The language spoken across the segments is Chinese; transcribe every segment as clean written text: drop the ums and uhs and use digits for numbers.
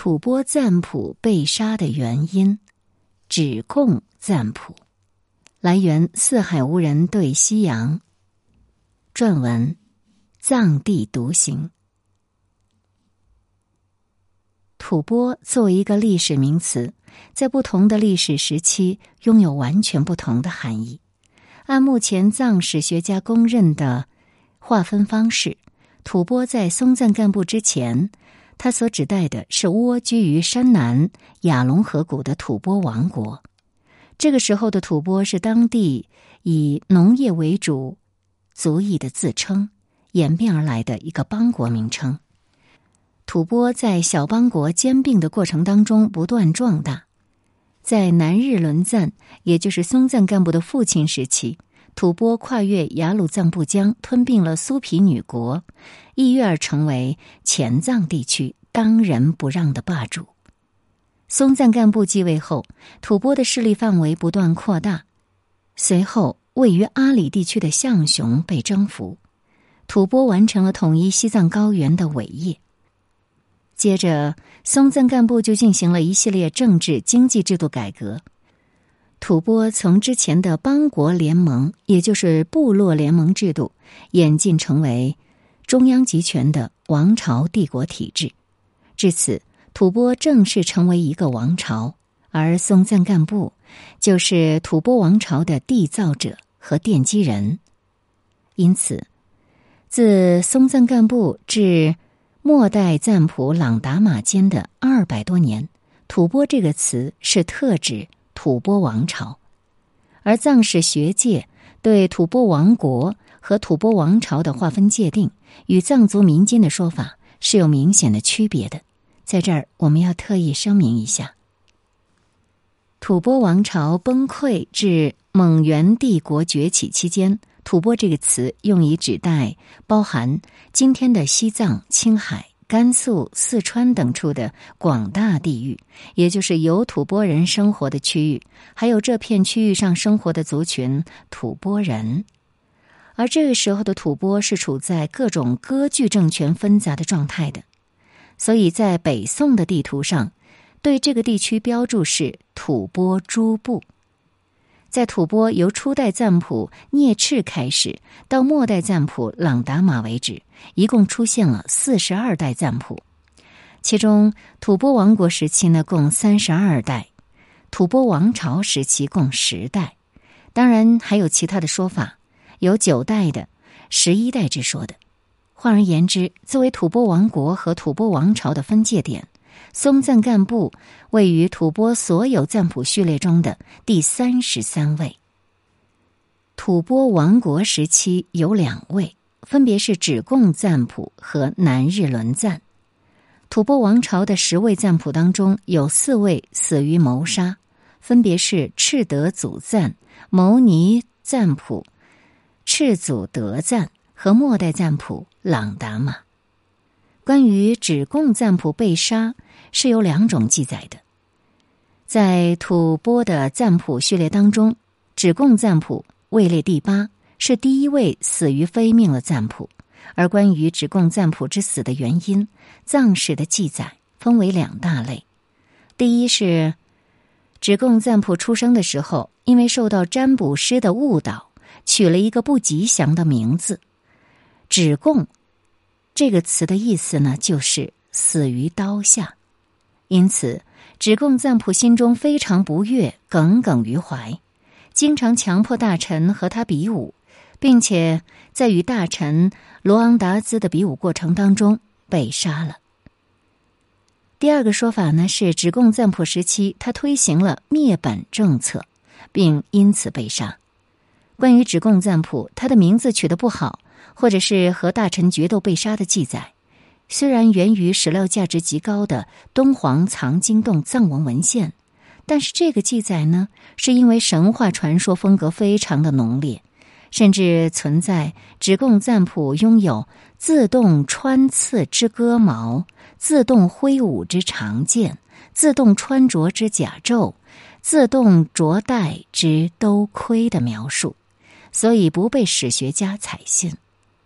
吐蕃赞普被杀的原因，止贡赞普。来源：四海无人对西洋。撰文：藏地独行。吐蕃作为一个历史名词，在不同的历史时期拥有完全不同的含义。按目前藏史学家公认的划分方式，吐蕃在松赞干布之前，它所指代的是蜗居于山南雅龙河谷的吐蕃王国。这个时候的吐蕃是当地以农业为主族裔的自称演变而来的一个邦国名称。吐蕃在小邦国兼并的过程当中不断壮大。在南日伦赞，也就是松赞干布的父亲时期，吐蕃跨越雅鲁藏布江，吞并了苏毗女国，一跃而成为前藏地区当仁不让的霸主。松赞干布继位后，吐蕃的势力范围不断扩大。随后，位于阿里地区的象雄被征服，吐蕃完成了统一西藏高原的伟业。接着，松赞干布就进行了一系列政治经济制度改革。吐蕃从之前的邦国联盟，也就是部落联盟制度，演进成为中央集权的王朝帝国体制。至此，吐蕃正式成为一个王朝，而松赞干布就是吐蕃王朝的缔造者和奠基人。因此，自松赞干布至末代赞普朗达玛间的200多年，吐蕃这个词是特指吐蕃王朝，而藏史学界对吐蕃王国和吐蕃王朝的划分界定，与藏族民间的说法是有明显的区别的。在这儿，我们要特意声明一下，吐蕃王朝崩溃至蒙元帝国崛起期间，吐蕃这个词用以指代包含今天的西藏、青海、甘肃、四川等处的广大地域，也就是有吐蕃人生活的区域，还有这片区域上生活的族群吐蕃人。而这个时候的吐蕃是处在各种割据政权纷杂的状态的，所以在北宋的地图上，对这个地区标注是吐蕃诸部。在吐蕃由初代赞普聂赤开始，到末代赞普朗达玛为止，一共出现了42代赞普。其中，吐蕃王国时期呢，共32代；吐蕃王朝时期共10代。当然，还有其他的说法，有9代的、11代之说的。换而言之，作为吐蕃王国和吐蕃王朝的分界点，松赞干布位于吐蕃所有赞普序列中的第33位。吐蕃王国时期有2位，分别是止贡赞普和南日伦赞。吐蕃王朝的10位赞普当中，有4位死于谋杀，分别是赤德祖赞、牟尼赞普、赤祖德赞和末代赞普朗达玛。关于止贡赞普被杀是有2种记载的。在吐蕃的赞普序列当中，止贡赞普位列第8，是第一位死于非命的赞普。而关于止贡赞普之死的原因，藏史的记载分为2大类。第一是止贡赞普出生的时候，因为受到占卜师的误导，取了一个不吉祥的名字。止贡这个词的意思呢，就是死于刀下。因此，止贡赞普心中非常不悦，耿耿于怀，经常强迫大臣和他比武，并且在与大臣罗昂达兹的比武过程当中被杀了。第2个说法呢，是止贡赞普时期他推行了灭本政策，并因此被杀。关于止贡赞普，他的名字取得不好，或者是和大臣决斗被杀的记载，虽然源于史料价值极高的敦煌藏经洞藏文文献，但是这个记载呢，是因为神话传说风格非常的浓烈，甚至存在止贡赞普拥有自动穿刺之戈矛、自动挥舞之长剑、自动穿着之甲胄、自动着戴之兜盔的描述，所以不被史学家采信。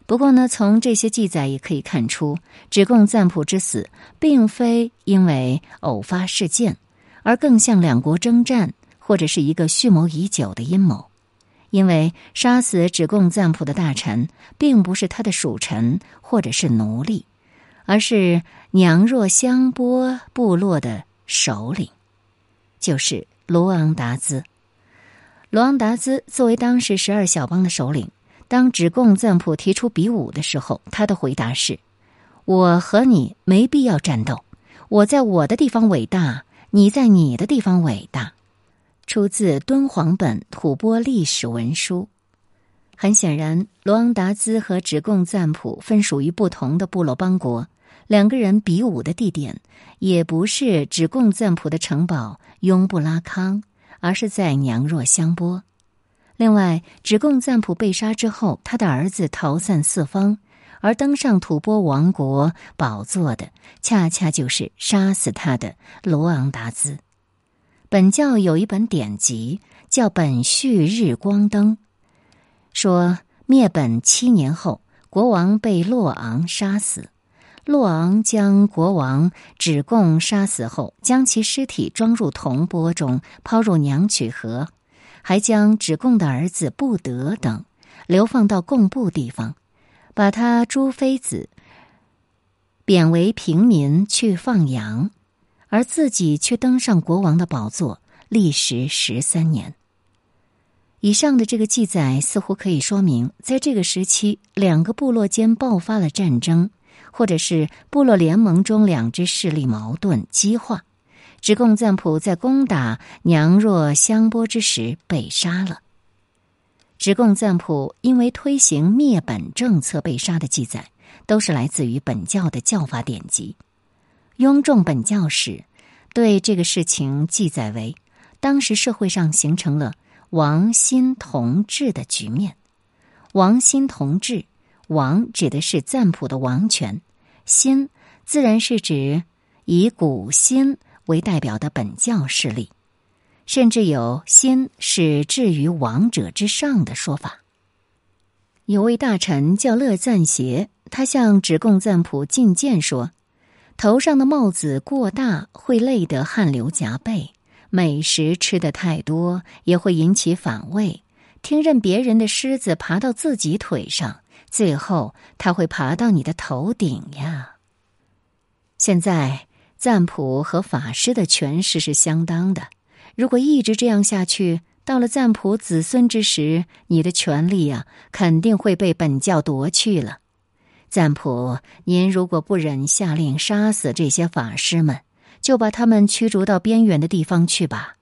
不过呢，从这些记载也可以看出，止贡赞普之死并非因为偶发事件，而更像两国征战或者是一个蓄谋已久的阴谋。因为杀死止贡赞普的大臣并不是他的属臣或者是奴隶，而是娘若香波部落的首领，就是罗昂达兹。罗昂达兹作为当时12小邦的首领，当止贡赞普提出比武的时候，他的回答是：我和你没必要战斗，我在我的地方伟大，你在你的地方伟大。出自敦煌本吐蕃历史文书。很显然，罗昂达兹和止贡赞普分属于不同的部落邦国，两个人比武的地点也不是止贡赞普的城堡雍布拉康，而是在娘若香波。另外，止贡赞普被杀之后，他的儿子逃散四方，而登上吐蕃王国宝座的恰恰就是杀死他的罗昂达兹。本教有一本典籍叫《本序日光灯》，说灭本7年后，国王被洛昂杀死。洛昂将国王止贡杀死后，将其尸体装入铜钵中，抛入娘曲河，还将止贡的儿子布德等流放到贡布地方，把他诸妃子贬为平民去放羊，而自己却登上国王的宝座，历时13年。以上的这个记载似乎可以说明，在这个时期，两个部落间爆发了战争，或者是部落联盟中两支势力矛盾激化。止贡赞普在攻打娘若香波之时被杀了。止贡赞普因为推行灭本政策被杀的记载，都是来自于本教的教法典籍。雍仲本教史对这个事情记载为，当时社会上形成了王辛同治的局面。王辛同治，王指的是赞普的王权，辛自然是指以古辛为代表的本教势力，甚至有辛是置于王者之上的说法。有位大臣叫乐赞协，他向止贡赞普进谏说，头上的帽子过大会累得汗流浃背，美食吃得太多也会引起反胃，听任别人的虱子爬到自己腿上，最后他会爬到你的头顶呀。现在赞普和法师的权势是相当的，如果一直这样下去，到了赞普子孙之时，你的权力肯定会被本教夺去了。赞普，您如果不忍下令杀死这些法师们，就把他们驱逐到边远的地方去吧。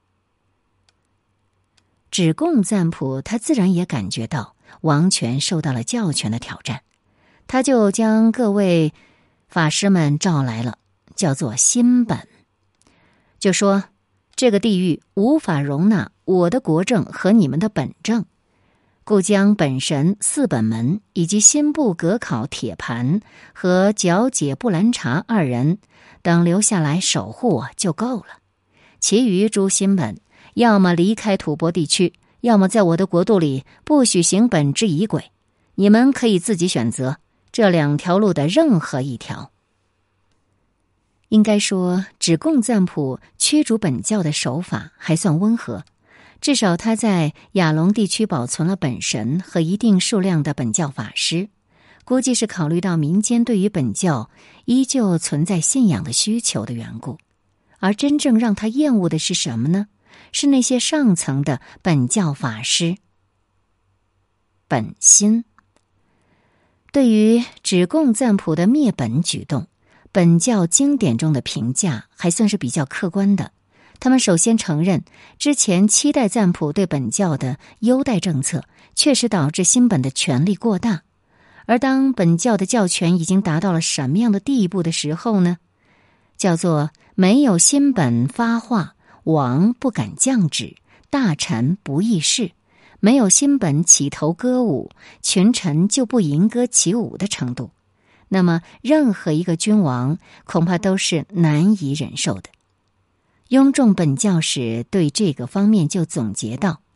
止贡赞普他自然也感觉到王权受到了教权的挑战，他就将各位法师们召来了，叫做新本，就说这个地狱无法容纳我的国政和你们的本政，故将本神4本门以及辛布格考铁盘和皎解布兰察2人等留下来守护我就够了，其余诸新本要么离开吐蕃地区，要么在我的国度里不许行本之仪轨，你们可以自己选择这2条路的任何一条。应该说，止贡赞普驱逐本教的手法还算温和，至少他在亚龙地区保存了本神和一定数量的本教法师，估计是考虑到民间对于本教依旧存在信仰的需求的缘故。而真正让他厌恶的是什么呢？是那些上层的本教法师。本心对于止贡赞普的灭本举动，本教经典中的评价还算是比较客观的。他们首先承认，之前7代赞普对本教的优待政策确实导致新本的权力过大，而当本教的教权已经达到了什么样的地步的时候呢？叫做没有新本发话，王不敢降旨，大臣不议事，没有新本起头歌舞，群臣就不吟歌起舞的程度，那么任何一个君王恐怕都是难以忍受的。雍仲本教史对这个方面就总结到，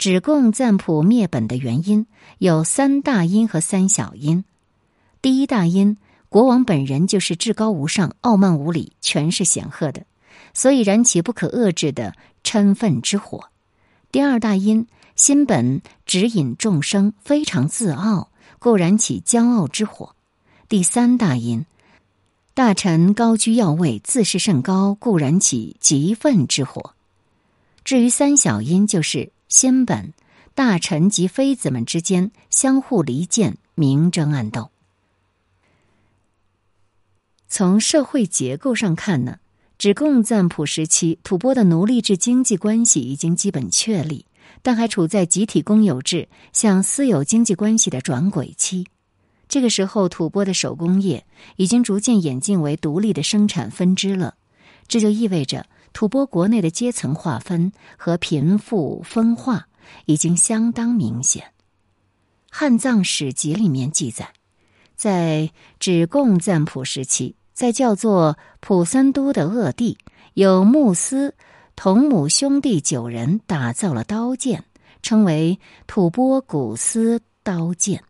止贡赞普灭本的原因有3大因和3小因。第一大因，国王本人就是至高无上、傲慢无礼、权势显赫的，所以燃起不可遏制的嗔忿之火。第二大因，心本指引众生，非常自傲，故燃起骄傲之火。第三大因，大臣高居要位，自视甚高，故燃起嫉愤之火。至于3小因，就是心本大臣及妃子们之间相互离间，明争暗斗。从社会结构上看呢，止贡赞普时期，吐蕃的奴隶制经济关系已经基本确立，但还处在集体公有制向私有经济关系的转轨期。这个时候，吐蕃的手工业已经逐渐演进为独立的生产分支了。这就意味着吐蕃国内的阶层划分和贫富分化已经相当明显。汉藏史籍里面记载，在止贡赞普时期，在叫做普森都的鄂地，有穆斯同母兄弟9人打造了刀剑，称为吐蕃古丝刀剑。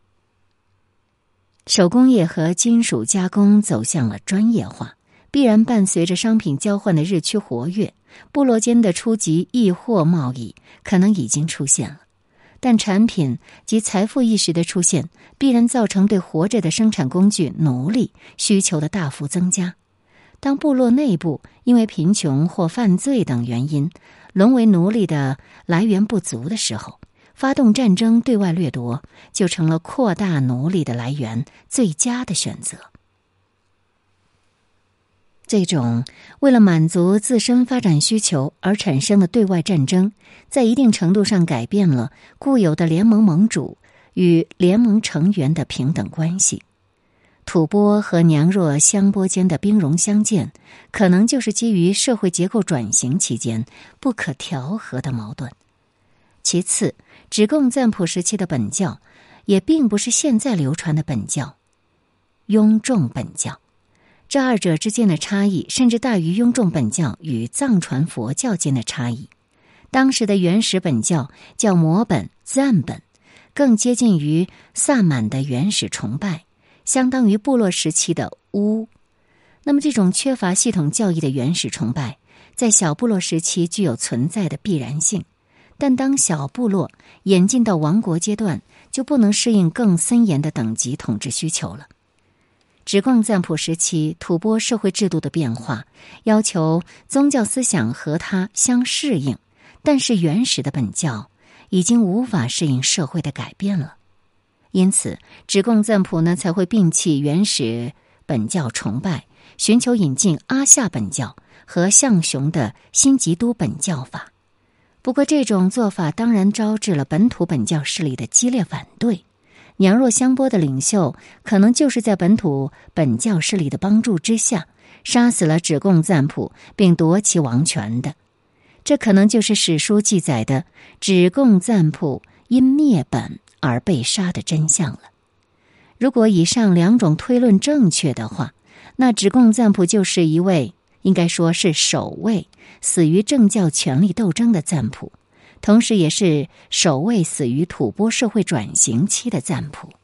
手工业和金属加工走向了专业化，必然伴随着商品交换的日趋活跃，部落间的初级易货贸易可能已经出现了。但产品及财富意识的出现，必然造成对活着的生产工具奴隶需求的大幅增加。当部落内部因为贫穷或犯罪等原因，沦为奴隶的来源不足的时候，发动战争对外掠夺，就成了扩大奴隶的来源最佳的选择。这种为了满足自身发展需求而产生的对外战争，在一定程度上改变了固有的联盟盟主与联盟成员的平等关系。吐蕃和娘若香波间的兵戎相见，可能就是基于社会结构转型期间不可调和的矛盾。其次，止贡赞普时期的本教也并不是现在流传的本教雍仲本教，这二者之间的差异甚至大于雍仲本教与藏传佛教间的差异。当时的原始本教叫摩本、赞本，更接近于萨满的原始崇拜，相当于部落时期的巫。那么这种缺乏系统教义的原始崇拜，在小部落时期具有存在的必然性，但当小部落演进到王国阶段，就不能适应更森严的等级统治需求了。止贡赞普时期，吐蕃社会制度的变化要求宗教思想和它相适应，但是原始的本教已经无法适应社会的改变了。因此，止贡赞普呢才会摒弃原始本教崇拜，寻求引进阿夏本教和象雄的新吉都本教法。不过，这种做法当然招致了本土本教势力的激烈反对。娘若香波的领袖可能就是在本土本教势力的帮助之下，杀死了止贡赞普并夺其王权的。这可能就是史书记载的止贡赞普因灭本而被杀的真相了。如果以上2种推论正确的话，那止贡赞普就是一位，应该说是首位死于政教权力斗争的赞普，同时也是首位死于吐蕃社会转型期的赞普。